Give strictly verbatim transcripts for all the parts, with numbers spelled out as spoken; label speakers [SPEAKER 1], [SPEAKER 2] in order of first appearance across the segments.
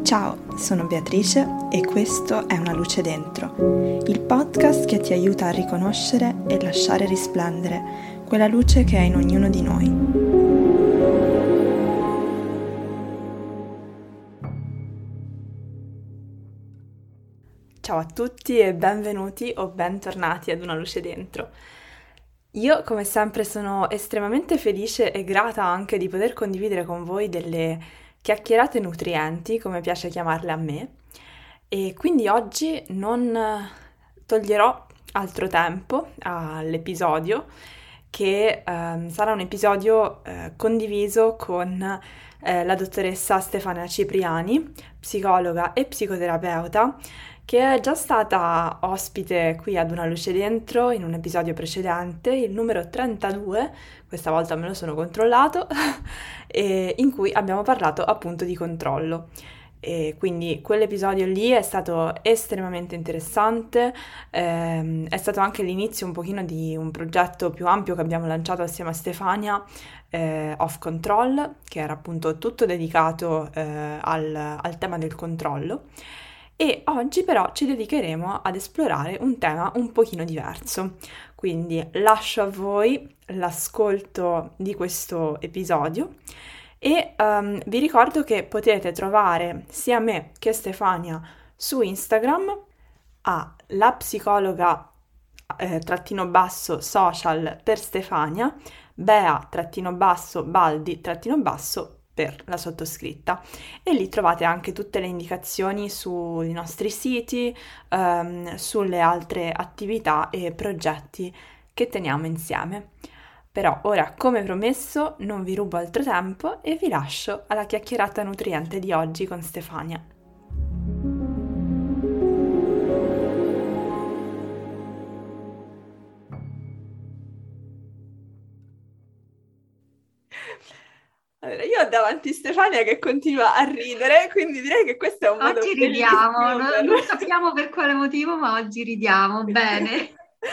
[SPEAKER 1] Ciao, sono Beatrice e questo è Una luce dentro, il podcast che ti aiuta a riconoscere e lasciare risplendere quella luce che è in ognuno di noi. Ciao a tutti e benvenuti o bentornati ad Una luce dentro. Io, come sempre, sono estremamente felice e grata anche di poter condividere con voi delle chiacchierate nutrienti, come piace chiamarle a me, e quindi oggi non toglierò altro tempo all'episodio, che ehm, sarà un episodio eh, condiviso con eh, la dottoressa Stefania Cipriani, psicologa e psicoterapeuta, che è già stata ospite qui ad Una luce dentro in un episodio precedente, il numero trentadue, questa volta me lo sono controllato, e in cui abbiamo parlato appunto di controllo. E quindi quell'episodio lì è stato estremamente interessante, ehm, è stato anche l'inizio un pochino di un progetto più ampio che abbiamo lanciato assieme a Stefania, eh, Off Control, che era appunto tutto dedicato eh, al, al tema del controllo. E oggi però ci dedicheremo ad esplorare un tema un pochino diverso, quindi lascio a voi l'ascolto di questo episodio e um, vi ricordo che potete trovare sia me che Stefania su Instagram a la psicologa eh, trattino basso social per Stefania, Bea trattino basso Baldi trattino basso per la sottoscritta, e lì trovate anche tutte le indicazioni sui nostri siti, ehm, sulle altre attività e progetti che teniamo insieme. Però ora, come promesso, non vi rubo altro tempo e vi lascio alla chiacchierata nutriente di oggi con Stefania. Allora, io ho davanti Stefania che continua a ridere, quindi direi che questo è un modo
[SPEAKER 2] Oggi ridiamo,
[SPEAKER 1] bellissimo
[SPEAKER 2] non,
[SPEAKER 1] per...
[SPEAKER 2] non sappiamo per quale motivo, ma oggi ridiamo, bene.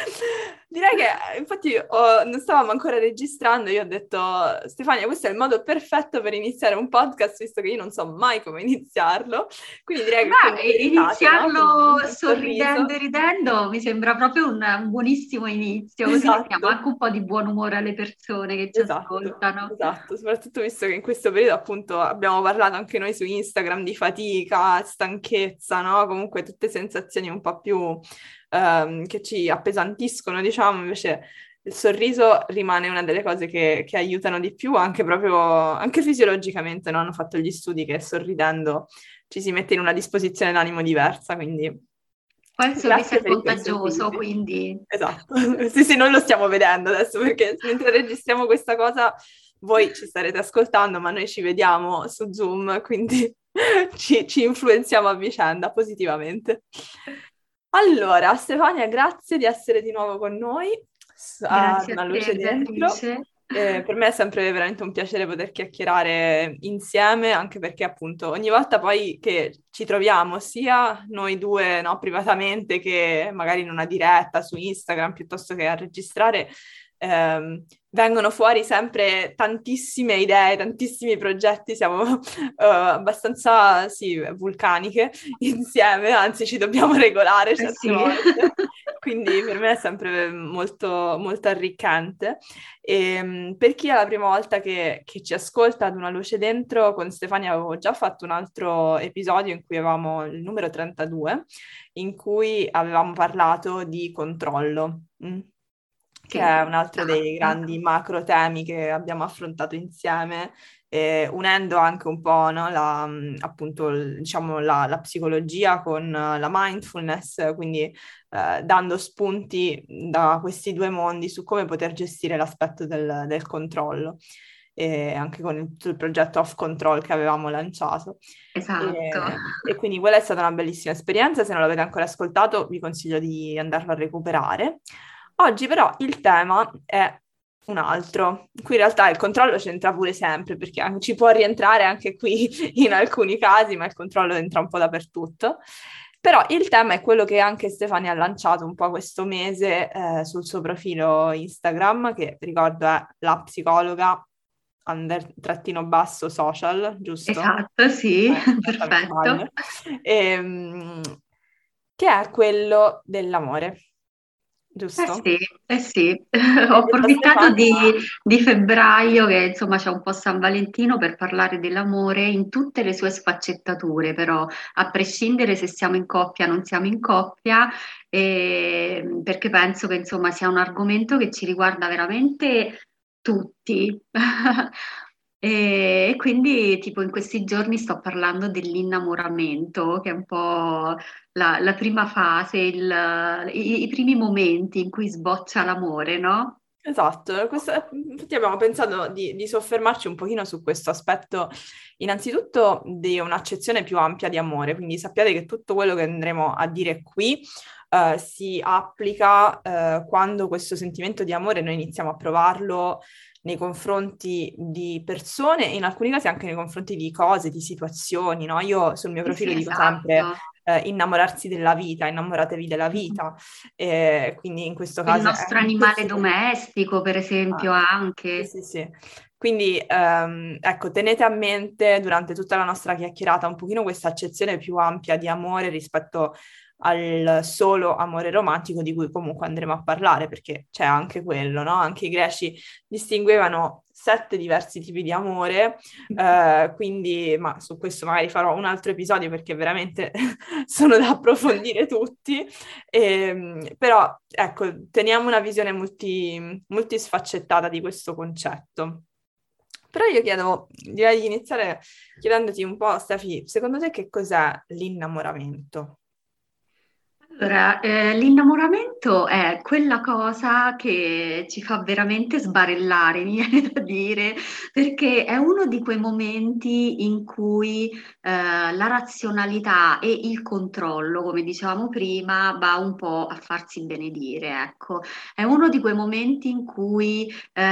[SPEAKER 1] Direi che, infatti, ho- non stavamo ancora registrando, io ho detto, Stefania, questo è il modo perfetto per iniziare un podcast, visto che io non so mai come iniziarlo, quindi direi che come
[SPEAKER 2] Beh,
[SPEAKER 1] meritate, no? Con
[SPEAKER 2] iniziarlo
[SPEAKER 1] un
[SPEAKER 2] sorridendo
[SPEAKER 1] sorriso.
[SPEAKER 2] e ridendo mi sembra proprio un, un buonissimo inizio, così mettiamo
[SPEAKER 1] Esatto.
[SPEAKER 2] anche un po' di buon umore alle persone che ci
[SPEAKER 1] Esatto,
[SPEAKER 2] ascoltano.
[SPEAKER 1] esatto, soprattutto visto che in questo periodo appunto abbiamo parlato anche noi su Instagram di fatica, stanchezza, no? Comunque tutte sensazioni un po' più ehm, che ci appesantiscono, diciamo, invece il sorriso rimane una delle cose che, che aiutano di più, anche proprio, anche fisiologicamente, no? Hanno fatto gli studi che sorridendo ci si mette in una disposizione d'animo diversa, quindi
[SPEAKER 2] Poi il sorriso
[SPEAKER 1] grazie
[SPEAKER 2] è
[SPEAKER 1] per i tuoi
[SPEAKER 2] contagioso,
[SPEAKER 1] sorrisi.
[SPEAKER 2] quindi
[SPEAKER 1] Esatto, sì sì, noi lo stiamo vedendo adesso perché mentre registriamo questa cosa voi ci starete ascoltando, ma noi ci vediamo su Zoom, quindi ci, ci influenziamo a vicenda positivamente. Allora, Stefania, grazie di essere di nuovo con noi s- a
[SPEAKER 2] grazie a
[SPEAKER 1] Una luce
[SPEAKER 2] te,
[SPEAKER 1] dentro.
[SPEAKER 2] Beatrice.
[SPEAKER 1] Eh, per me è sempre veramente un piacere poter chiacchierare insieme, anche perché appunto ogni volta poi che ci troviamo, sia noi due, no, privatamente, che magari in una diretta su Instagram, piuttosto che a registrare, ehm, vengono fuori sempre tantissime idee, tantissimi progetti, siamo eh, abbastanza, sì, vulcaniche insieme, anzi ci dobbiamo regolare
[SPEAKER 2] Eh
[SPEAKER 1] certe
[SPEAKER 2] sì.
[SPEAKER 1] volte, quindi per me è sempre molto, molto arricchente. E, per chi è la prima volta che, che ci ascolta ad Una luce dentro, con Stefania avevo già fatto un altro episodio in cui avevamo il numero trentadue, in cui avevamo parlato di controllo. Mm? Che
[SPEAKER 2] Sì,
[SPEAKER 1] è un altro dei
[SPEAKER 2] esatto.
[SPEAKER 1] grandi macro temi che abbiamo affrontato insieme, eh, unendo anche un po', no, la, mh, appunto, il- diciamo, la, la psicologia con eh, la mindfulness, quindi eh, dando spunti da questi due mondi su come poter gestire l'aspetto del, del controllo, e anche con il, il progetto Off Control che avevamo lanciato.
[SPEAKER 2] Esatto.
[SPEAKER 1] E, e quindi quella è stata una bellissima esperienza, se non l'avete ancora ascoltato vi consiglio di andarlo a recuperare. Oggi però il tema è un altro. Qui in realtà il controllo c'entra pure sempre, perché anche- ci può rientrare anche qui in alcuni casi, ma il controllo entra un po' dappertutto. Però il tema è quello che anche Stefania ha lanciato un po' questo mese eh, sul suo profilo Instagram, che ricordo è la psicologa under trattino basso social, giusto?
[SPEAKER 2] Esatto, sì,
[SPEAKER 1] Eh, correttami se
[SPEAKER 2] perfetto.
[SPEAKER 1] sbaglio. Ehm, che è quello dell'amore,
[SPEAKER 2] Eh
[SPEAKER 1] giusto?
[SPEAKER 2] sì, eh sì, ho
[SPEAKER 1] E già
[SPEAKER 2] approfittato
[SPEAKER 1] Stefania,
[SPEAKER 2] di, di febbraio, che insomma c'è un po' San Valentino, per parlare dell'amore in tutte le sue sfaccettature, però a prescindere se siamo in coppia o non siamo in coppia, eh, perché penso che insomma sia un argomento che ci riguarda veramente tutti. E, e quindi tipo in questi giorni sto parlando dell'innamoramento, che è un po' la, la prima fase, il- i, i primi momenti in cui sboccia l'amore, no?
[SPEAKER 1] esatto, questa- infatti abbiamo pensato di, di soffermarci un pochino su questo aspetto, innanzitutto di un'accezione più ampia di amore, quindi sappiate che tutto quello che andremo a dire qui eh, si applica eh, quando questo sentimento di amore noi iniziamo a provarlo nei confronti di persone e in alcuni casi anche nei confronti di cose, di situazioni, no? Io sul mio
[SPEAKER 2] Sì,
[SPEAKER 1] profilo
[SPEAKER 2] sì,
[SPEAKER 1] dico sempre
[SPEAKER 2] esatto.
[SPEAKER 1] eh, innamorarsi della vita, innamoratevi della vita, e quindi in questo
[SPEAKER 2] Il
[SPEAKER 1] caso è
[SPEAKER 2] nostro
[SPEAKER 1] anche
[SPEAKER 2] animale
[SPEAKER 1] questo.
[SPEAKER 2] domestico, per esempio,
[SPEAKER 1] Ah, sì,
[SPEAKER 2] anche.
[SPEAKER 1] sì, sì. Quindi, ehm, ecco, tenete a mente durante tutta la nostra chiacchierata un pochino questa accezione più ampia di amore rispetto al solo amore romantico di cui comunque andremo a parlare, perché c'è anche quello, no? Anche i greci distinguevano sette diversi tipi di amore, eh, quindi, ma su questo magari farò un altro episodio perché veramente sono da approfondire tutti. Ehm, però, ecco, teniamo una visione multi, multisfaccettata di questo concetto. Però io chiedo, direi di iniziare chiedendoti un po', Stefi, secondo te che cos'è l'innamoramento?
[SPEAKER 2] Allora, eh, l'innamoramento è quella cosa che ci fa veramente sbarellare, mi viene da dire, perché è uno di quei momenti in cui eh, la razionalità e il controllo, come dicevamo prima, va un po' a farsi benedire, ecco. È uno di quei momenti in cui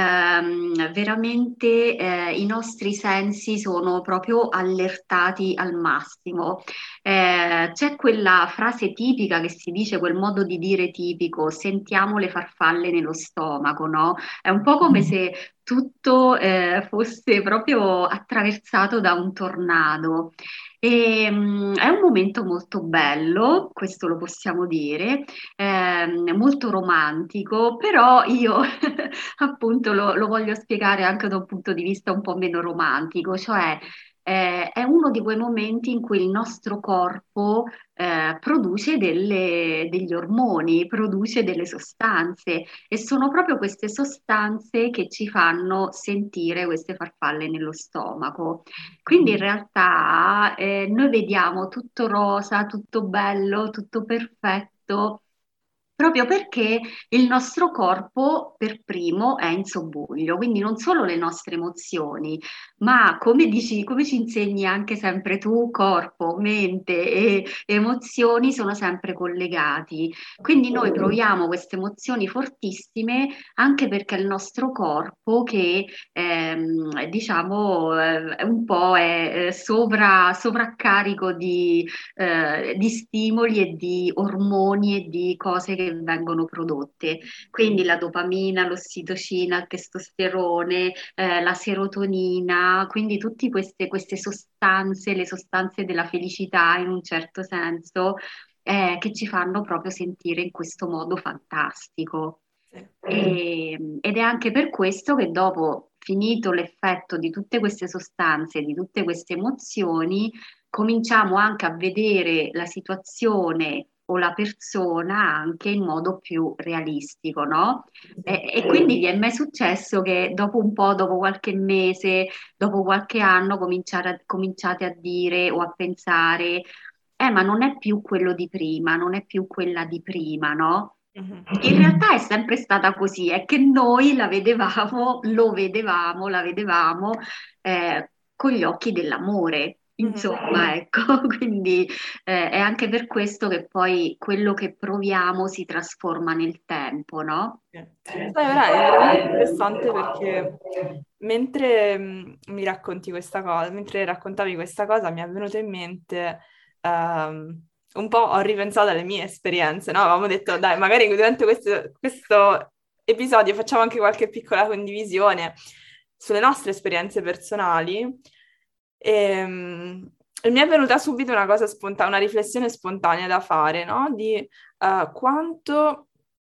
[SPEAKER 2] ehm, veramente eh, i nostri sensi sono proprio allertati al massimo. Eh, c'è quella frase tipica che si dice, quel modo di dire tipico: sentiamo le farfalle nello stomaco, no? È un po' come se tutto eh, fosse proprio attraversato da un tornado. E, mm, è un momento molto bello, questo lo possiamo dire, ehm, molto romantico, però io appunto lo, lo voglio spiegare anche da un punto di vista un po' meno romantico, cioè eh, è uno di quei momenti in cui il nostro corpo eh, produce delle- degli ormoni, produce delle sostanze, e sono proprio queste sostanze che ci fanno sentire queste farfalle nello stomaco. Quindi in realtà eh, noi vediamo tutto rosa, tutto bello, tutto perfetto, proprio perché il nostro corpo per primo è in sobbuglio, quindi non solo le nostre emozioni, ma come dici, come ci insegni anche sempre tu, corpo, mente e emozioni sono sempre collegati. Quindi noi proviamo queste emozioni fortissime anche perché il nostro corpo, che ehm, diciamo eh, è un po' è eh, sovra, sovraccarico di eh, di stimoli e di ormoni e di cose che vengono prodotte. Quindi la dopamina, l'ossitocina, il testosterone, eh, la serotonina, quindi tutte queste, queste sostanze, le sostanze della felicità in un certo senso, eh, che ci fanno proprio sentire in questo modo fantastico.
[SPEAKER 1] Sì.
[SPEAKER 2] E- ed è anche per questo che dopo finito l'effetto di tutte queste sostanze, di tutte queste emozioni, cominciamo anche a vedere la situazione o la persona anche in modo più realistico, no? E, e quindi vi è mai successo che dopo un po', dopo qualche mese, dopo qualche anno, cominciare a- cominciate a dire o a pensare, eh, ma non è più quello di prima, non è più quella di prima, no?
[SPEAKER 1] Mhm.
[SPEAKER 2] In realtà è sempre stata così, è che noi la vedevamo, lo vedevamo, la vedevamo eh, con gli occhi dell'amore,
[SPEAKER 1] Mhm.
[SPEAKER 2] insomma, ecco, quindi eh, è anche per questo che poi quello che proviamo si trasforma nel tempo, no?
[SPEAKER 1] Sì. Sai, ora è veramente interessante perché mentre mh, mi racconti questa cosa, mentre raccontavi questa cosa, mi è venuto in mente ehm, un po' ho ripensato alle mie esperienze, no? Avevamo detto, dai, magari durante questo, questo episodio facciamo anche qualche piccola condivisione. sulle nostre esperienze personali, e, mm, e mi è venuta subito una cosa spontanea, una riflessione spontanea da fare, no? Di eh, quanto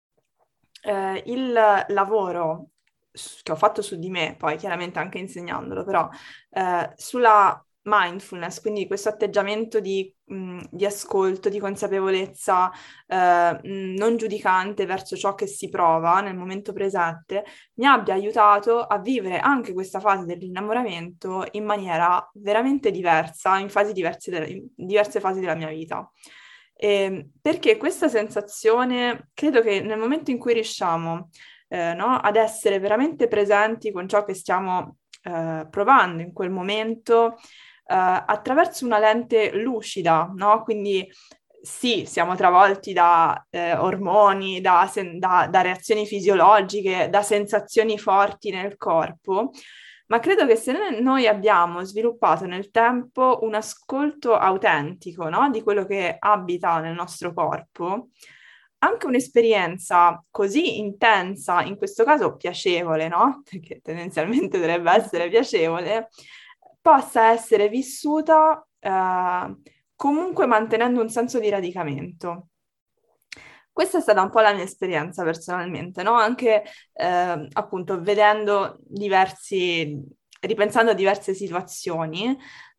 [SPEAKER 1] eh, il lavoro s- che ho fatto su di me, poi chiaramente anche insegnandolo, però eh, sulla mindfulness, quindi questo atteggiamento di, mh, di ascolto, di consapevolezza eh, mh, non giudicante verso ciò che si prova nel momento presente, mi abbia aiutato a vivere anche questa fase dell'innamoramento in maniera veramente diversa, in fasi diverse, de- in diverse fasi della mia vita. Ehm, perché questa sensazione, credo che nel momento in cui riusciamo, eh, no, ad essere veramente presenti con ciò che stiamo eh, provando in quel momento, eh, attraverso una lente lucida, no? Quindi sì, siamo travolti da eh, ormoni, da, sen- da- da reazioni fisiologiche, da sensazioni forti nel corpo, ma credo che se noi noi abbiamo sviluppato nel tempo un ascolto autentico, no? Di quello che abita nel nostro corpo, anche un'esperienza così intensa, in questo caso piacevole, no? Perché tendenzialmente dovrebbe essere piacevole, possa essere vissuta eh, comunque mantenendo un senso di radicamento. Questa è stata un po' la mia esperienza personalmente, no? Anche eh, appunto vedendo diversi, ripensando a diverse situazioni,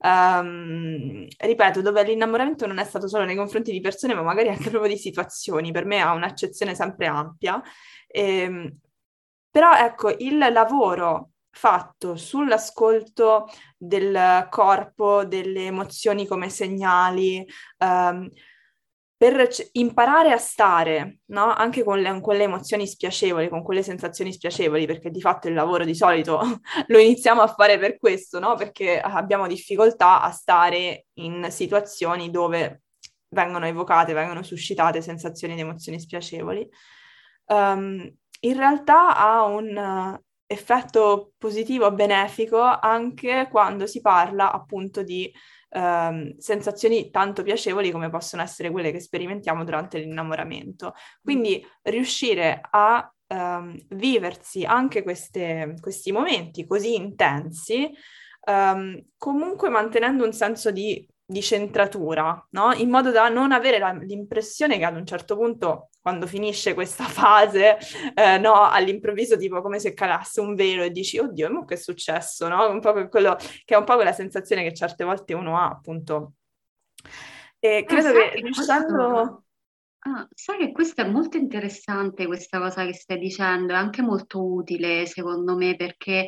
[SPEAKER 1] ehm, ripeto, dove l'innamoramento non è stato solo nei confronti di persone, ma magari anche proprio di situazioni, per me ha un'accezione sempre ampia. Ehm, Però ecco, il lavoro fatto sull'ascolto del corpo, delle emozioni come segnali, ehm, per c- imparare a stare, no? Anche con le, con quelle emozioni spiacevoli, con quelle sensazioni spiacevoli, perché di fatto il lavoro di solito lo iniziamo a fare per questo, no? Perché abbiamo difficoltà a stare in situazioni dove vengono evocate, vengono suscitate sensazioni ed emozioni spiacevoli. Um, In realtà ha un eh, effetto positivo, benefico, anche quando si parla appunto di ehm, sensazioni tanto piacevoli come possono essere quelle che sperimentiamo durante l'innamoramento. Quindi riuscire a ehm, viversi anche queste- questi momenti così intensi, ehm, comunque mantenendo un senso di, di centratura, no? In modo da non avere la- l'impressione che ad un certo punto, quando finisce questa fase, eh, no, all'improvviso tipo come se calasse un velo e dici, oddio, ma che è successo, no? Un po' que- quello che è un po' quella sensazione che certe volte uno ha, appunto. E
[SPEAKER 2] Ah,
[SPEAKER 1] credo
[SPEAKER 2] sai
[SPEAKER 1] che
[SPEAKER 2] che questo,
[SPEAKER 1] riuscendo...
[SPEAKER 2] ah, sai che questo è molto interessante, questa cosa che stai dicendo, è anche molto utile secondo me perché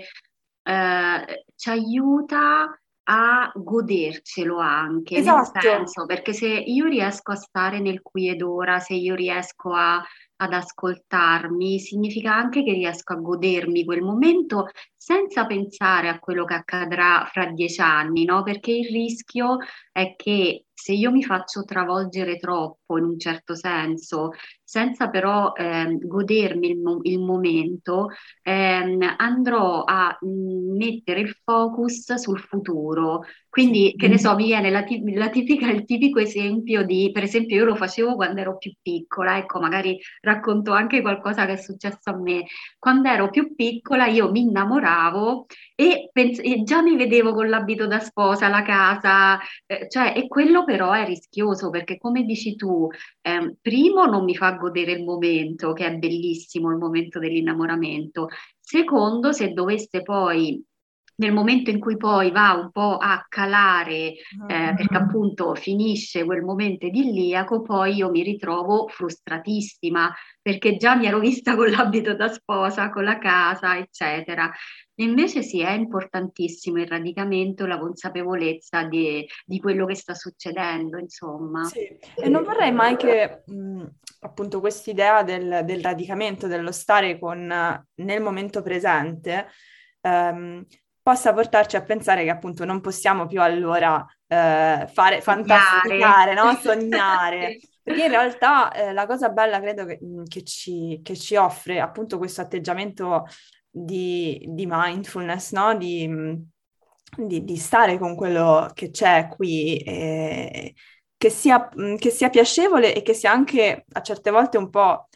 [SPEAKER 2] eh, ci aiuta a godercelo anche, nel
[SPEAKER 1] Esatto.
[SPEAKER 2] senso, perché se io riesco a stare nel qui ed ora, se io riesco a- ad ascoltarmi, significa anche che riesco a godermi quel momento senza pensare a quello che accadrà fra dieci anni, no? Perché il rischio è che se io mi faccio travolgere troppo in un certo senso, senza però ehm, godermi il, mo- il momento, ehm, andrò a mh, mettere il focus sul futuro.
[SPEAKER 1] Sì.
[SPEAKER 2] Quindi, che ne so, mi viene la, ti- la tipica, il tipico esempio di, per esempio, io lo facevo quando ero più piccola, ecco, magari racconto anche qualcosa che è successo a me. Quando ero più piccola io mi innamoravo e, pens- e già mi vedevo con l'abito da sposa, la casa, eh, cioè, e quello però è rischioso perché, come dici tu, ehm, primo non mi fa godere il momento, che è bellissimo il momento dell'innamoramento. Secondo, se dovesse poi, nel momento in cui poi va un po' a calare, eh,
[SPEAKER 1] Mhm.
[SPEAKER 2] perché appunto finisce quel momento idilliaco, poi io mi ritrovo frustratissima perché già mi ero vista con l'abito da sposa, con la casa, eccetera. Invece sì, è importantissimo il radicamento, la consapevolezza di, di quello che sta succedendo, insomma.
[SPEAKER 1] Sì, e non vorrei mai che mh, appunto quest'idea del, del radicamento, dello stare con, nel momento presente, ehm, possa portarci a pensare che appunto non possiamo più allora eh, fare
[SPEAKER 2] Sognare.
[SPEAKER 1] fantasticare, no? Sognare.
[SPEAKER 2] Sì.
[SPEAKER 1] Perché in realtà eh, la cosa bella credo che, mh, che ci, che ci offre appunto questo atteggiamento di, di mindfulness, no? Di, mh, di- di stare con quello che c'è qui, e che sia, mh, che sia piacevole e che sia anche a certe volte un po'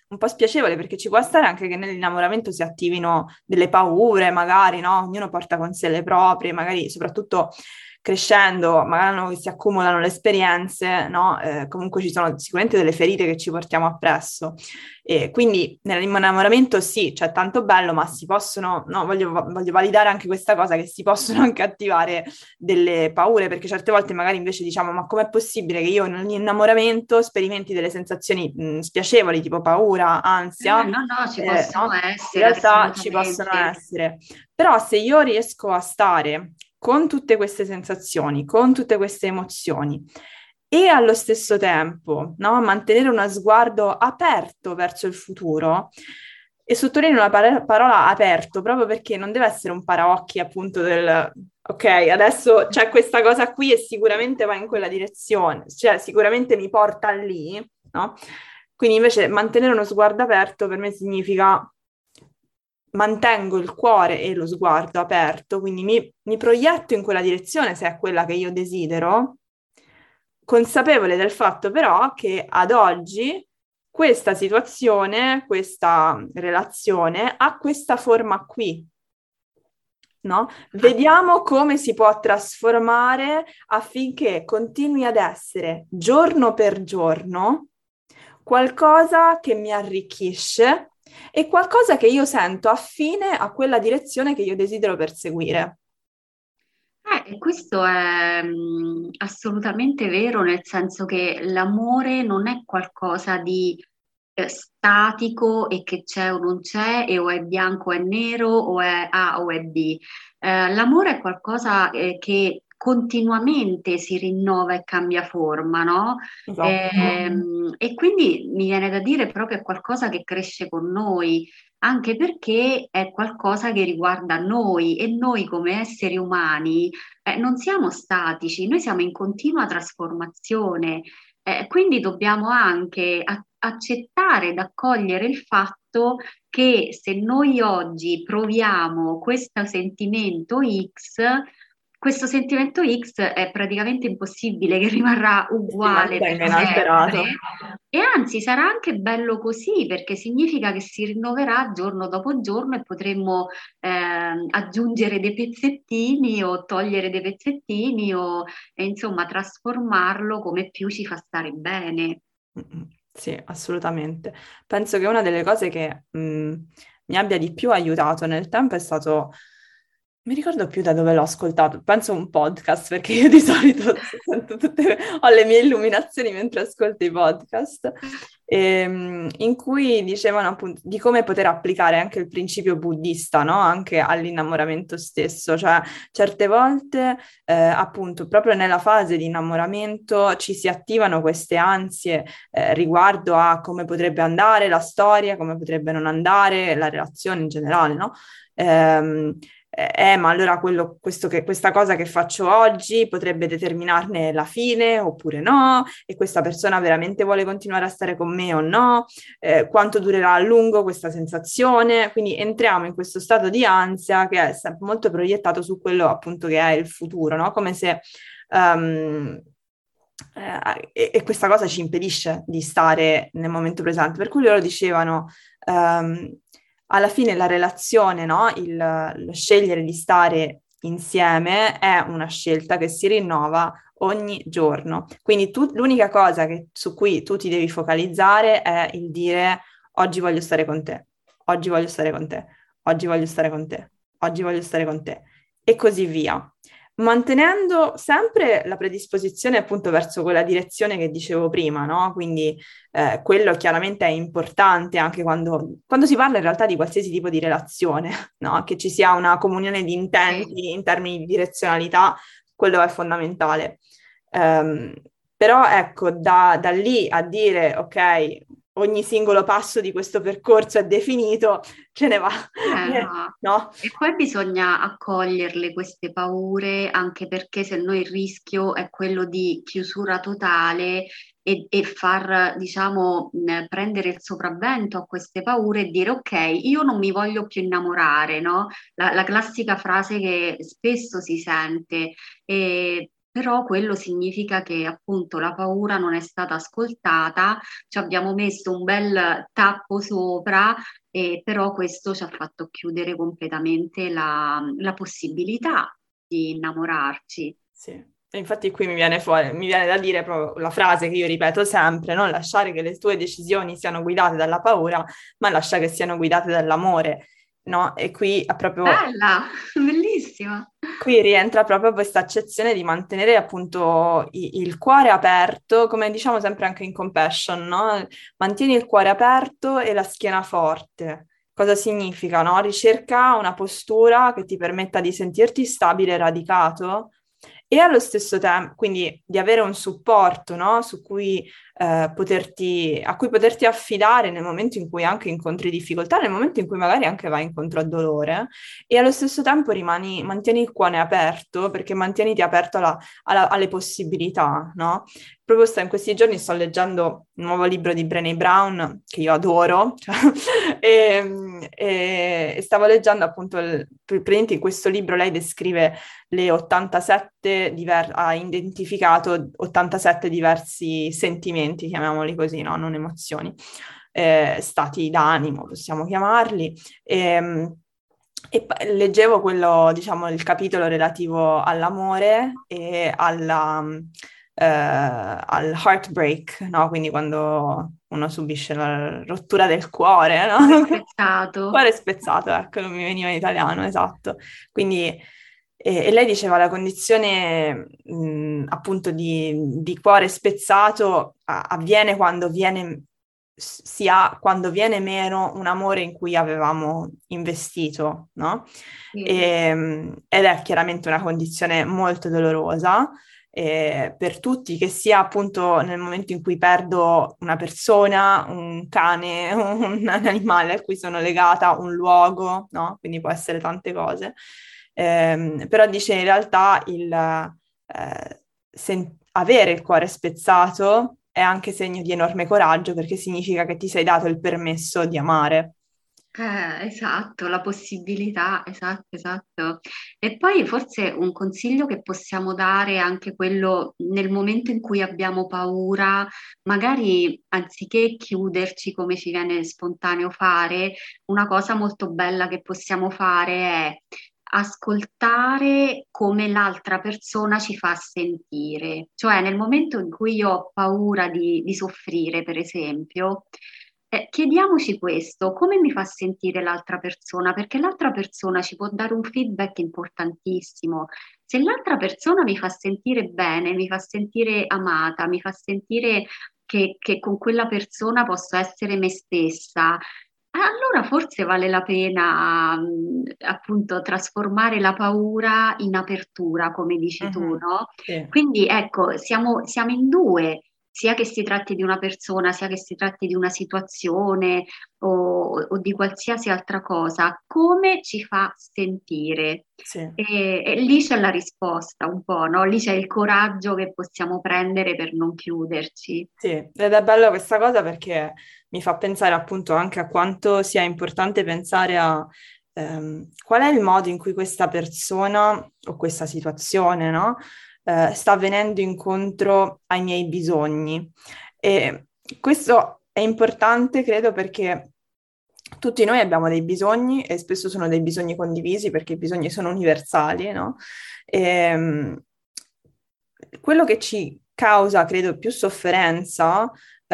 [SPEAKER 1] un po' spiacevole, perché ci può stare anche che nell'innamoramento si attivino delle paure, magari, no? Ognuno porta con sé le proprie, magari soprattutto crescendo, man mano che si accumulano le esperienze, no? Eh, comunque ci sono sicuramente delle ferite che ci portiamo appresso. E quindi nell'innamoramento sì, c'è tanto bello, ma si possono, no, voglio, voglio validare anche questa cosa, che si possono anche attivare delle paure, perché certe volte magari invece diciamo, ma com'è possibile che io in ogni innamoramento sperimenti delle sensazioni mh, spiacevoli, tipo paura,
[SPEAKER 2] Eh,
[SPEAKER 1] ansia,
[SPEAKER 2] no, no, ci
[SPEAKER 1] eh,
[SPEAKER 2] possono
[SPEAKER 1] no? In
[SPEAKER 2] essere
[SPEAKER 1] realtà ci possono
[SPEAKER 2] assolutamente.
[SPEAKER 1] essere. Però se io riesco a stare con tutte queste sensazioni, con tutte queste emozioni, e allo stesso tempo, no, mantenere uno sguardo aperto verso il futuro, e sottolineo la par- parola aperto proprio perché non deve essere un paraocchi appunto del ok, adesso c'è questa cosa qui e sicuramente va in quella direzione, cioè sicuramente mi porta lì, no? Quindi invece mantenere uno sguardo aperto per me significa mantengo il cuore e lo sguardo aperto, quindi mi, mi proietto in quella direzione se è quella che io desidero, consapevole del fatto però che ad oggi questa situazione, questa relazione ha questa forma qui, no?
[SPEAKER 2] Ah,
[SPEAKER 1] Vediamo come si può trasformare affinché continui ad essere giorno per giorno qualcosa che mi arricchisce e qualcosa che io sento affine a quella direzione che io desidero perseguire.
[SPEAKER 2] Eh, e questo è mm, assolutamente vero, nel senso che l'amore non è qualcosa di eh, statico e che c'è o non c'è, e o è bianco o è nero, o è A o è B. Eh, l'amore è qualcosa eh, che continuamente si rinnova e cambia forma, no?
[SPEAKER 1] Esatto.
[SPEAKER 2] Ehm, e quindi mi viene da dire proprio è qualcosa che cresce con noi, anche perché è qualcosa che riguarda noi, e noi come esseri umani eh, non siamo statici, noi siamo in continua trasformazione. Eh, quindi dobbiamo anche a- accettare ed accogliere il fatto che se noi oggi proviamo questo sentimento X, questo sentimento X è praticamente impossibile che rimarrà
[SPEAKER 1] Che si
[SPEAKER 2] uguale per
[SPEAKER 1] mantenga inalterato.
[SPEAKER 2] sempre. E anzi, sarà anche bello così, perché significa che si rinnoverà giorno dopo giorno e potremmo ehm, aggiungere dei pezzettini o togliere dei pezzettini o e, insomma trasformarlo come più ci fa stare bene.
[SPEAKER 1] Mm, sì, assolutamente. Penso che una delle cose che mh, mi abbia di più aiutato nel tempo è stato, mi ricordo più da dove l'ho ascoltato, penso un podcast, perché io di solito sento tutte, ho le mie illuminazioni mentre ascolto i podcast, ehm, in cui dicevano appunto di come poter applicare anche il principio buddista, no? Anche all'innamoramento stesso, cioè certe volte eh, appunto proprio nella fase di innamoramento ci si attivano queste ansie eh, riguardo a come potrebbe andare la storia, come potrebbe non andare la relazione in generale, no? Ehm, eh, ma allora quello, questo che, questa cosa che faccio oggi potrebbe determinarne la fine oppure no, e questa persona veramente vuole continuare a stare con me o no, eh, quanto durerà a lungo questa sensazione, quindi entriamo in questo stato di ansia che è sempre molto proiettato su quello appunto che è il futuro, no? Come se um, eh, e, e questa cosa ci impedisce di stare nel momento presente. Per cui loro dicevano, ehm, alla fine la relazione, no? Il, lo scegliere di stare insieme è una scelta che si rinnova ogni giorno. Quindi tu, l'unica cosa che- su cui tu ti devi focalizzare è il dire oggi voglio stare con te, oggi voglio stare con te, oggi voglio stare con te, oggi voglio stare con te e così via, mantenendo sempre la predisposizione appunto verso quella direzione che dicevo prima, no? Quindi eh, quello chiaramente è importante anche quando, quando si parla in realtà di qualsiasi tipo di relazione, no? Che ci sia una comunione di
[SPEAKER 2] Sì.
[SPEAKER 1] intenti in termini di direzionalità, quello è fondamentale. Ehm, però ecco, da, da lì a dire, ok, ogni singolo passo di questo percorso è definito, ce ne va,
[SPEAKER 2] Eh, no.
[SPEAKER 1] no?
[SPEAKER 2] E poi bisogna accoglierle queste paure, anche perché se no il rischio è quello di chiusura totale e, e far, diciamo, mh, prendere il sopravvento a queste paure e dire ok, io non mi voglio più innamorare, no? La, la classica frase che spesso si sente. E però quello significa che appunto la paura non è stata ascoltata, ci abbiamo messo un bel tappo sopra, e però questo ci ha fatto chiudere completamente la, la possibilità di innamorarci.
[SPEAKER 1] Sì. E infatti qui mi viene fuori, mi viene da dire proprio la frase che io ripeto sempre: non lasciare che le tue decisioni siano guidate dalla paura, ma lascia che siano guidate dall'amore, no? E qui è proprio
[SPEAKER 2] Bella, bellissima.
[SPEAKER 1] Qui rientra proprio questa accezione di mantenere appunto i- il cuore aperto, come diciamo sempre anche in Compassion, no? Mantieni il cuore aperto e la schiena forte. Cosa significa, no? Ricerca una postura che ti permetta di sentirti stabile e radicato e allo stesso tempo, quindi di avere un supporto, no? Su cui, eh, poterti, a cui poterti affidare nel momento in cui anche incontri difficoltà, nel momento in cui magari anche vai incontro al dolore e allo stesso tempo rimani, mantieni il cuore aperto perché mantieniti aperto alla- alla- alle possibilità, no? Proprio sta- in questi giorni sto leggendo un nuovo libro di Brené Brown che io adoro, cioè, e, e- e stavo leggendo appunto, il, praticamente in questo libro lei descrive le ottantasette, diver- ha identificato ottantasette diversi sentimenti, chiamiamoli così, no? Non emozioni, eh, stati d'animo, possiamo chiamarli. E, e pa- leggevo quello, diciamo, il capitolo relativo all'amore e alla, eh, al heartbreak, no? Quindi quando uno subisce la rottura del cuore,
[SPEAKER 2] Cuore
[SPEAKER 1] no?
[SPEAKER 2] spezzato.
[SPEAKER 1] Cuore spezzato, ecco, non mi veniva in italiano, esatto. Quindi, e, e lei diceva la condizione, mh, appunto di, di cuore spezzato a- avviene quando viene, si ha, quando viene meno un amore in cui avevamo investito, no?
[SPEAKER 2] Sì.
[SPEAKER 1] E, ed è chiaramente una condizione molto dolorosa eh, per tutti, che sia appunto nel momento in cui perdo una persona, un cane, un animale a cui sono legata, un luogo, no? Quindi può essere tante cose. Ehm, però dice in realtà il eh, sen- avere il cuore spezzato è anche segno di enorme coraggio perché significa che ti sei dato il permesso di amare.
[SPEAKER 2] Eh, esatto, la possibilità, esatto, esatto. E poi forse un consiglio che possiamo dare è anche quello nel momento in cui abbiamo paura, magari anziché chiuderci come ci viene spontaneo fare, una cosa molto bella che possiamo fare è ascoltare come l'altra persona ci fa sentire. Cioè nel momento in cui io ho paura di, di soffrire, per esempio, eh, chiediamoci questo, come mi fa sentire l'altra persona? Perché l'altra persona ci può dare un feedback importantissimo. Se l'altra persona mi fa sentire bene, mi fa sentire amata, mi fa sentire che, che con quella persona posso essere me stessa, allora forse vale la pena, mh, appunto, trasformare la paura in apertura, come dici tu,
[SPEAKER 1] Mhm.
[SPEAKER 2] no?
[SPEAKER 1] Sì,
[SPEAKER 2] Quindi ecco, siamo, siamo in due, sia che si tratti di una persona, sia che si tratti di una situazione o, o di qualsiasi altra cosa, come ci fa sentire?
[SPEAKER 1] sì.
[SPEAKER 2] E, e lì c'è la risposta un po', no? Lì c'è il coraggio che possiamo prendere per non chiuderci.
[SPEAKER 1] Sì, ed è bella questa cosa perché mi fa pensare appunto anche a quanto sia importante pensare a ehm, qual è il modo in cui questa persona o questa situazione, no, eh, sta venendo incontro ai miei bisogni. E questo è importante, credo, perché tutti noi abbiamo dei bisogni e spesso sono dei bisogni condivisi perché i bisogni sono universali, no? Ehm, quello che ci causa, credo, più sofferenza,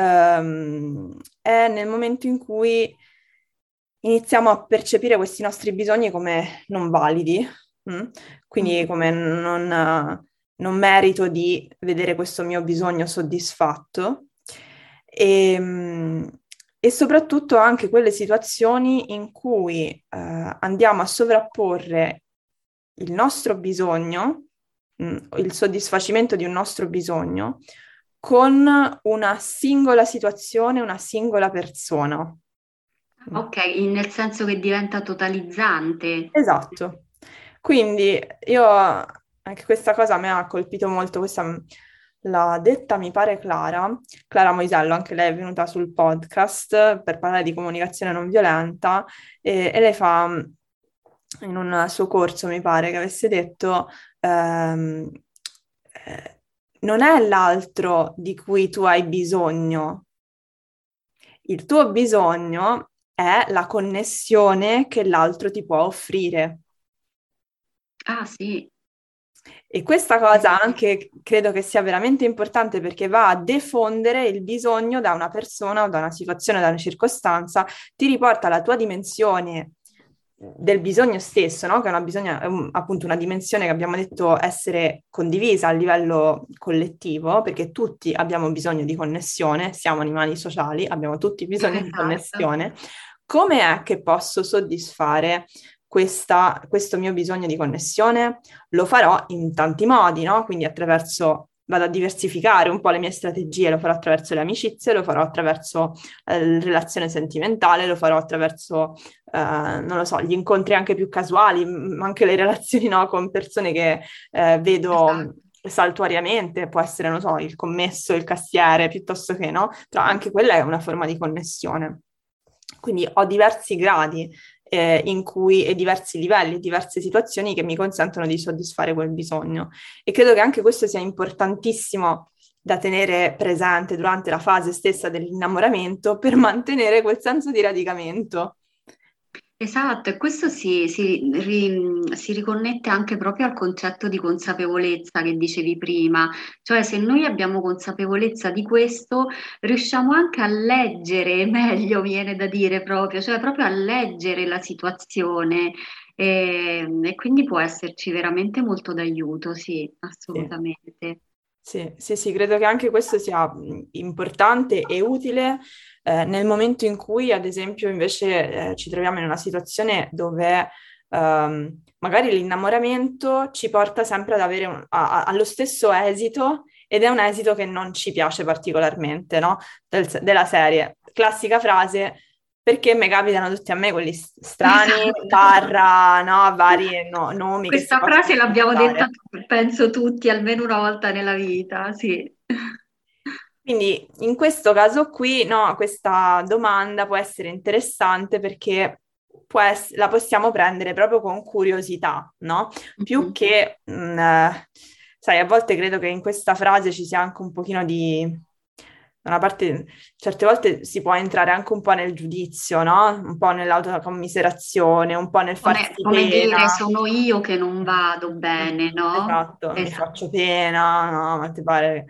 [SPEAKER 1] ehm, è nel momento in cui iniziamo a percepire questi nostri bisogni come non validi, mm? Quindi
[SPEAKER 2] Mm.
[SPEAKER 1] come non, non merito di vedere questo mio bisogno soddisfatto. E, mm, e soprattutto anche quelle situazioni in cui eh, andiamo a sovrapporre il nostro bisogno, mm, il soddisfacimento di un nostro bisogno, con una singola situazione, una singola persona. Mm.
[SPEAKER 2] Ok, nel senso che diventa totalizzante.
[SPEAKER 1] Esatto. Quindi io, anche questa cosa mi ha colpito molto, questa m- l'ha detta, mi pare Clara, Clara Moisello, anche lei è venuta sul podcast per parlare di comunicazione non violenta e, e lei fa, mh, in un suo corso, mi pare che avesse detto, ehm, eh, non è l'altro di cui tu hai bisogno. Il tuo bisogno è la connessione che l'altro ti può offrire.
[SPEAKER 2] Ah sì,
[SPEAKER 1] E questa cosa anche credo che sia veramente importante perché va a defondere il bisogno da una persona o da una situazione, da una circostanza, ti riporta alla tua dimensione del bisogno stesso, no? Che è una bisogna- è un- appunto una dimensione che abbiamo detto essere condivisa a livello collettivo, perché tutti abbiamo bisogno di connessione, siamo animali sociali, abbiamo tutti bisogno di
[SPEAKER 2] esatto.
[SPEAKER 1] connessione. Come è che posso soddisfare questa- questo mio bisogno di connessione? Lo farò in tanti modi, no? Quindi attraverso, vado a diversificare un po' le mie strategie, lo farò attraverso le amicizie, lo farò attraverso eh, la relazione sentimentale, lo farò attraverso, eh, non lo so, gli incontri anche più casuali, ma anche le relazioni, no, con persone che eh, vedo
[SPEAKER 2] Esatto.
[SPEAKER 1] saltuariamente, può essere, non so, il commesso, il cassiere, piuttosto che, no? Però anche quella è una forma di connessione. Quindi ho diversi gradi eh, in cui, e diversi livelli, diverse situazioni che mi consentono di soddisfare quel bisogno. E credo che anche questo sia importantissimo da tenere presente durante la fase stessa dell'innamoramento per mantenere quel senso di radicamento.
[SPEAKER 2] Esatto, e questo si, si ri- si riconnette anche proprio al concetto di consapevolezza che dicevi prima, cioè se noi abbiamo consapevolezza di questo, riusciamo anche a leggere meglio, viene da dire proprio, cioè proprio a leggere la situazione e, e quindi può esserci veramente molto d'aiuto, sì,
[SPEAKER 1] Sì.
[SPEAKER 2] assolutamente.
[SPEAKER 1] Sì, sì, sì, credo che anche questo sia mh, importante e utile eh, nel momento in cui, ad esempio, invece eh, ci troviamo in una situazione dove ehm, magari l'innamoramento ci porta sempre ad avere un- a- a- allo stesso esito ed è un esito che non ci piace particolarmente, no? Del- della serie. Classica frase, perché mi capitano tutti a me quelli s- strani,
[SPEAKER 2] Esatto.
[SPEAKER 1] barra, no, vari no- nomi che si
[SPEAKER 2] Questa
[SPEAKER 1] possono
[SPEAKER 2] frase l'abbiamo detta,
[SPEAKER 1] utilizzare.
[SPEAKER 2] penso tutti, almeno una volta nella vita, sì.
[SPEAKER 1] Quindi in questo caso qui, no, questa domanda può essere interessante perché può ess- la possiamo prendere proprio con curiosità, no? Più
[SPEAKER 2] Mhm.
[SPEAKER 1] che, mh, eh, sai, a volte credo che in questa frase ci sia anche un pochino di, da una parte, certe volte si può entrare anche un po' nel giudizio, no? Un po' nell'autocommiserazione, un po' nel
[SPEAKER 2] Come,
[SPEAKER 1] farsi
[SPEAKER 2] come dire,
[SPEAKER 1] pena.
[SPEAKER 2] sono io che non vado
[SPEAKER 1] Mm,
[SPEAKER 2] bene, no?
[SPEAKER 1] esatto, mi
[SPEAKER 2] Esatto.
[SPEAKER 1] faccio pena, no, ma ti pare...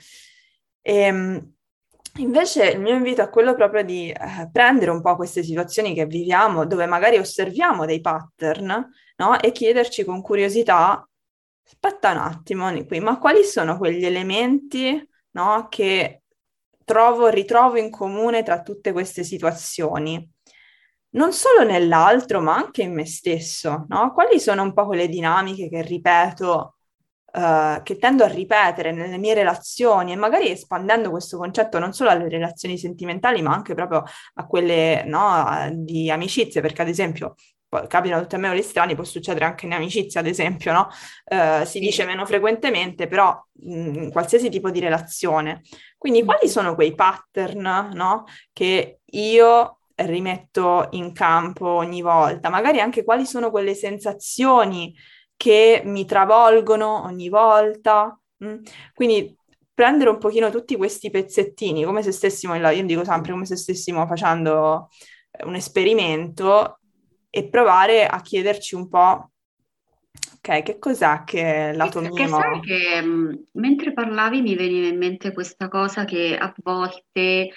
[SPEAKER 1] Ehm, invece il mio invito è quello proprio di eh, prendere un po' queste situazioni che viviamo, dove magari osserviamo dei pattern, no? E chiederci con curiosità, aspetta un attimo, qui, ma quali sono quegli elementi, no, che trovo, ritrovo in comune tra tutte queste situazioni? Non solo nell'altro, ma anche in me stesso, no? Quali sono un po' quelle dinamiche che ripeto, eh, che tendo a ripetere nelle mie relazioni e magari espandendo questo concetto non solo alle relazioni sentimentali, ma anche proprio a quelle, no, di amicizie, perché ad esempio poi capitano tutti a me gli strani, può succedere anche in amicizia, ad esempio, no? Eh, si dice
[SPEAKER 2] Sì.
[SPEAKER 1] meno frequentemente, però mh, in qualsiasi tipo di relazione. Quindi quali
[SPEAKER 2] Mhm.
[SPEAKER 1] sono quei pattern, no? Che io rimetto in campo ogni volta, magari anche quali sono quelle sensazioni che mi travolgono ogni volta. mm? Quindi prendere un pochino tutti questi pezzettini, come se stessimo, in la- io dico sempre, come se stessimo facendo eh, un esperimento e provare a chiederci un po', ok, che cos'è che
[SPEAKER 2] Sì,
[SPEAKER 1] lato
[SPEAKER 2] perché sai
[SPEAKER 1] mio...
[SPEAKER 2] che mh, mentre parlavi mi veniva in mente questa cosa che a volte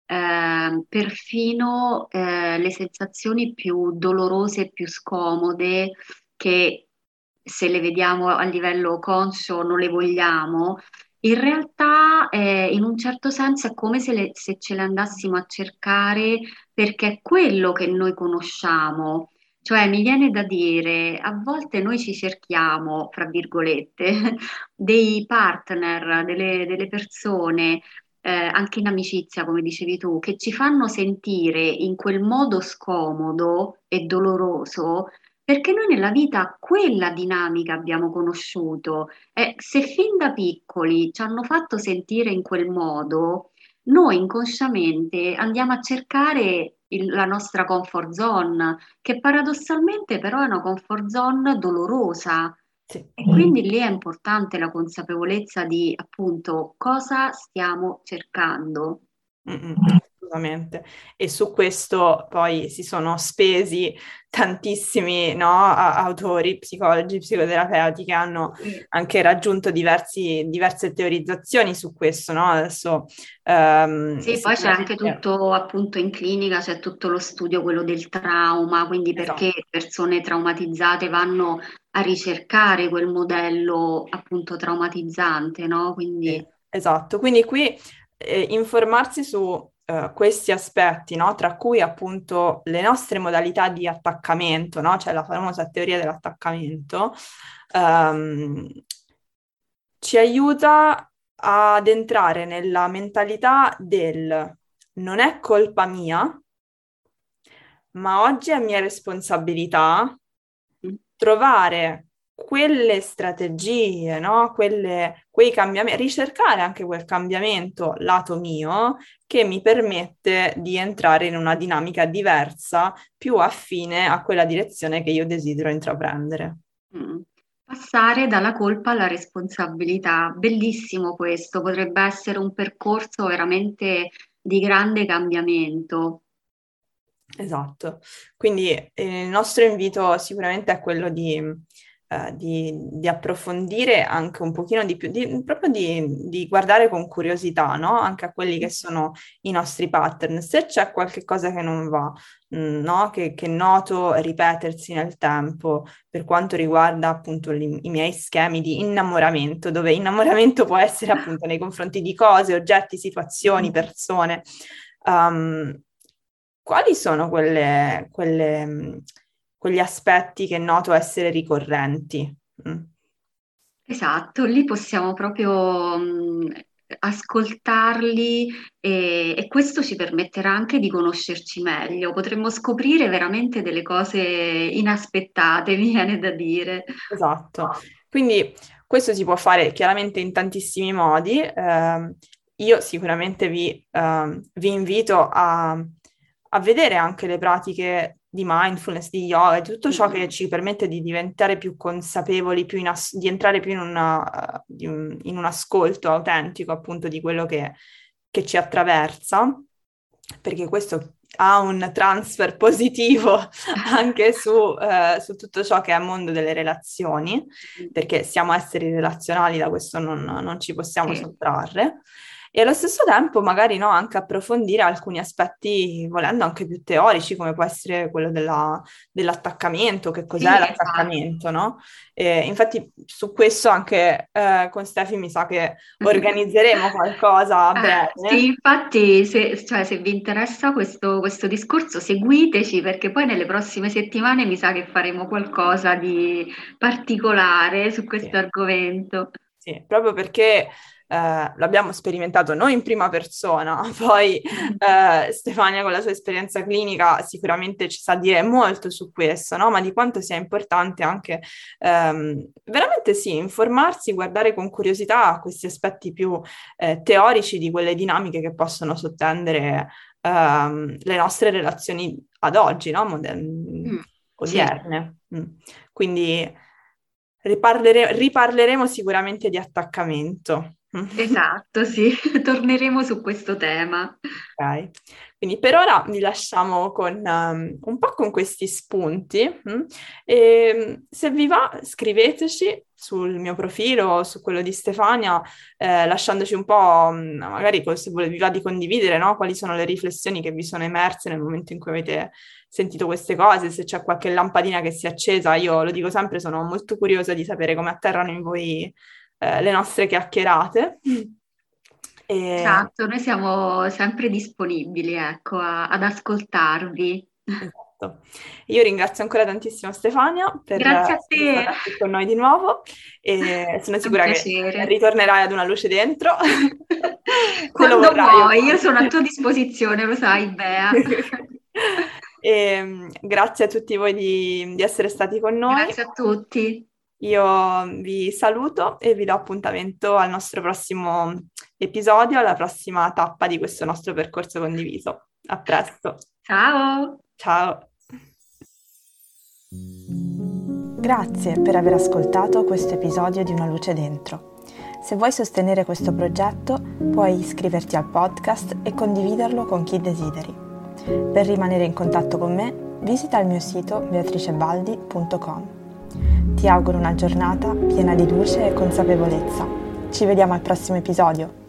[SPEAKER 2] eh, perfino eh, le sensazioni più dolorose e più scomode, che se le vediamo a livello conscio non le vogliamo, in realtà eh, in un certo senso è come se, le- se ce le andassimo a cercare perché è quello che noi conosciamo. Cioè, mi viene da dire, a volte noi ci cerchiamo, fra virgolette, dei partner, delle, delle persone, eh, anche in amicizia, come dicevi tu, che ci fanno sentire in quel modo scomodo e doloroso, perché noi nella vita quella dinamica abbiamo conosciuto. E se fin da piccoli ci hanno fatto sentire in quel modo, noi inconsciamente andiamo a cercare il- la nostra comfort zone che paradossalmente però è una comfort zone dolorosa,
[SPEAKER 1] Sì.
[SPEAKER 2] E quindi lì è importante la consapevolezza di appunto cosa stiamo cercando.
[SPEAKER 1] Mm-mm, assolutamente. E su questo poi si sono spesi tantissimi, no, a- autori, psicologi, psicoterapeuti che hanno
[SPEAKER 2] Sì.
[SPEAKER 1] anche raggiunto diversi- diverse teorizzazioni su questo, no? Adesso ehm,
[SPEAKER 2] Sì, poi c'è anche
[SPEAKER 1] sicuramente
[SPEAKER 2] tutto appunto in clinica, c'è tutto lo studio, quello del trauma, quindi perché
[SPEAKER 1] esatto,
[SPEAKER 2] persone traumatizzate vanno a ricercare quel modello appunto traumatizzante, no?
[SPEAKER 1] sì,
[SPEAKER 2] Quindi
[SPEAKER 1] esatto. Quindi qui eh, informarsi su eh, questi aspetti, no? Tra cui appunto le nostre modalità di attaccamento, no? Cioè la famosa teoria dell'attaccamento, ehm, ci aiuta ad entrare nella mentalità del non è colpa mia, ma oggi è mia responsabilità
[SPEAKER 2] mm,
[SPEAKER 1] trovare quelle strategie, no? Quelle, quei cambiamenti, ricercare anche quel cambiamento lato mio che mi permette di entrare in una dinamica diversa, più affine a quella direzione che io desidero intraprendere.
[SPEAKER 2] mm. Passare dalla colpa alla responsabilità, bellissimo questo, potrebbe essere un percorso veramente di grande cambiamento.
[SPEAKER 1] Esatto, quindi eh, il nostro invito sicuramente è quello di, eh, di- di approfondire anche un pochino di più, di- proprio di, di guardare con curiosità, no? Anche a quelli che sono i nostri pattern. Se c'è qualche cosa che non va, mh, no? Che, che noto ripetersi nel tempo per quanto riguarda appunto li- i miei schemi di innamoramento, dove innamoramento può essere appunto nei confronti di cose, oggetti, situazioni, persone. Um, Quali sono quelle, quelle, mh, quegli aspetti che noto essere ricorrenti? Mm.
[SPEAKER 2] Esatto, lì possiamo proprio mh, ascoltarli e, e questo ci permetterà anche di conoscerci meglio. Potremmo scoprire veramente delle cose inaspettate, mi viene da dire.
[SPEAKER 1] Esatto. Quindi questo si può fare chiaramente in tantissimi modi. Ehm, io sicuramente vi, ehm, vi invito a, a vedere anche le pratiche di mindfulness, di yoga, di tutto ciò che ci permette di diventare più consapevoli, più in as- di entrare più in, una, eh, di un- in un ascolto autentico appunto di quello che, che ci attraversa, perché questo ha un transfer positivo anche su, eh, su tutto ciò che è il mondo delle relazioni, perché siamo esseri relazionali, da questo non, non ci possiamo
[SPEAKER 2] Sì.
[SPEAKER 1] sottrarre. E allo stesso tempo magari no, anche approfondire alcuni aspetti, volendo anche più teorici, come può essere quello della- dell'attaccamento, che cos'è
[SPEAKER 2] Sì, esatto.
[SPEAKER 1] l'attaccamento, no? E infatti su questo anche eh, con Stefi mi sa che organizzeremo qualcosa a
[SPEAKER 2] Eh, sì,
[SPEAKER 1] breve.
[SPEAKER 2] infatti, se, cioè, se vi interessa questo, questo discorso, seguiteci perché poi nelle prossime settimane mi sa che faremo qualcosa di particolare su questo
[SPEAKER 1] Sì.
[SPEAKER 2] argomento.
[SPEAKER 1] Sì, proprio perché eh, l'abbiamo sperimentato noi in prima persona, poi eh, Stefania con la sua esperienza clinica sicuramente ci sa dire molto su questo, no? Ma di quanto sia importante anche ehm, veramente sì, informarsi, guardare con curiosità a questi aspetti più eh, teorici di quelle dinamiche che possono sottendere ehm, le nostre relazioni ad oggi, no? Moder-
[SPEAKER 2] Mm, sì.
[SPEAKER 1] odierne. Mm. Quindi riparlere- riparleremo sicuramente di attaccamento.
[SPEAKER 2] Esatto, sì, torneremo su questo tema.
[SPEAKER 1] Ok, quindi per ora vi lasciamo con um, un po' con questi spunti. mm? E, se vi va, scriveteci sul mio profilo o su quello di Stefania, eh, lasciandoci un po', mm, magari co- se vole- vi va di condividere, no? Quali sono le riflessioni che vi sono emerse nel momento in cui avete sentito queste cose, se c'è qualche lampadina che si è accesa. Io lo dico sempre, sono molto curiosa di sapere come atterrano in voi, eh, le nostre chiacchierate. E
[SPEAKER 2] Esatto, noi siamo sempre disponibili, ecco, a- ad ascoltarvi.
[SPEAKER 1] esatto. Io ringrazio ancora tantissimo Stefania per
[SPEAKER 2] Grazie a
[SPEAKER 1] essere
[SPEAKER 2] te,
[SPEAKER 1] stata qui con noi di nuovo e sono
[SPEAKER 2] è un
[SPEAKER 1] sicura che
[SPEAKER 2] piacere.
[SPEAKER 1] ritornerai ad una luce dentro, se lo
[SPEAKER 2] Quando
[SPEAKER 1] vorrai
[SPEAKER 2] vuoi, io sono a tua
[SPEAKER 1] ovviamente.
[SPEAKER 2] disposizione, lo sai, Bea.
[SPEAKER 1] E, mm, grazie a tutti voi di, di essere stati con noi.
[SPEAKER 2] Grazie a tutti.
[SPEAKER 1] Io vi saluto e vi do appuntamento al nostro prossimo episodio, alla prossima tappa di questo nostro percorso condiviso. A presto.
[SPEAKER 2] Ciao.
[SPEAKER 1] Ciao. Grazie per aver ascoltato questo episodio di Una luce dentro. Se vuoi sostenere questo progetto, puoi iscriverti al podcast e condividerlo con chi desideri. Per rimanere in contatto con me, visita il mio sito beatricebaldi punto com. Ti auguro una giornata piena di luce e consapevolezza. Ci vediamo al prossimo episodio.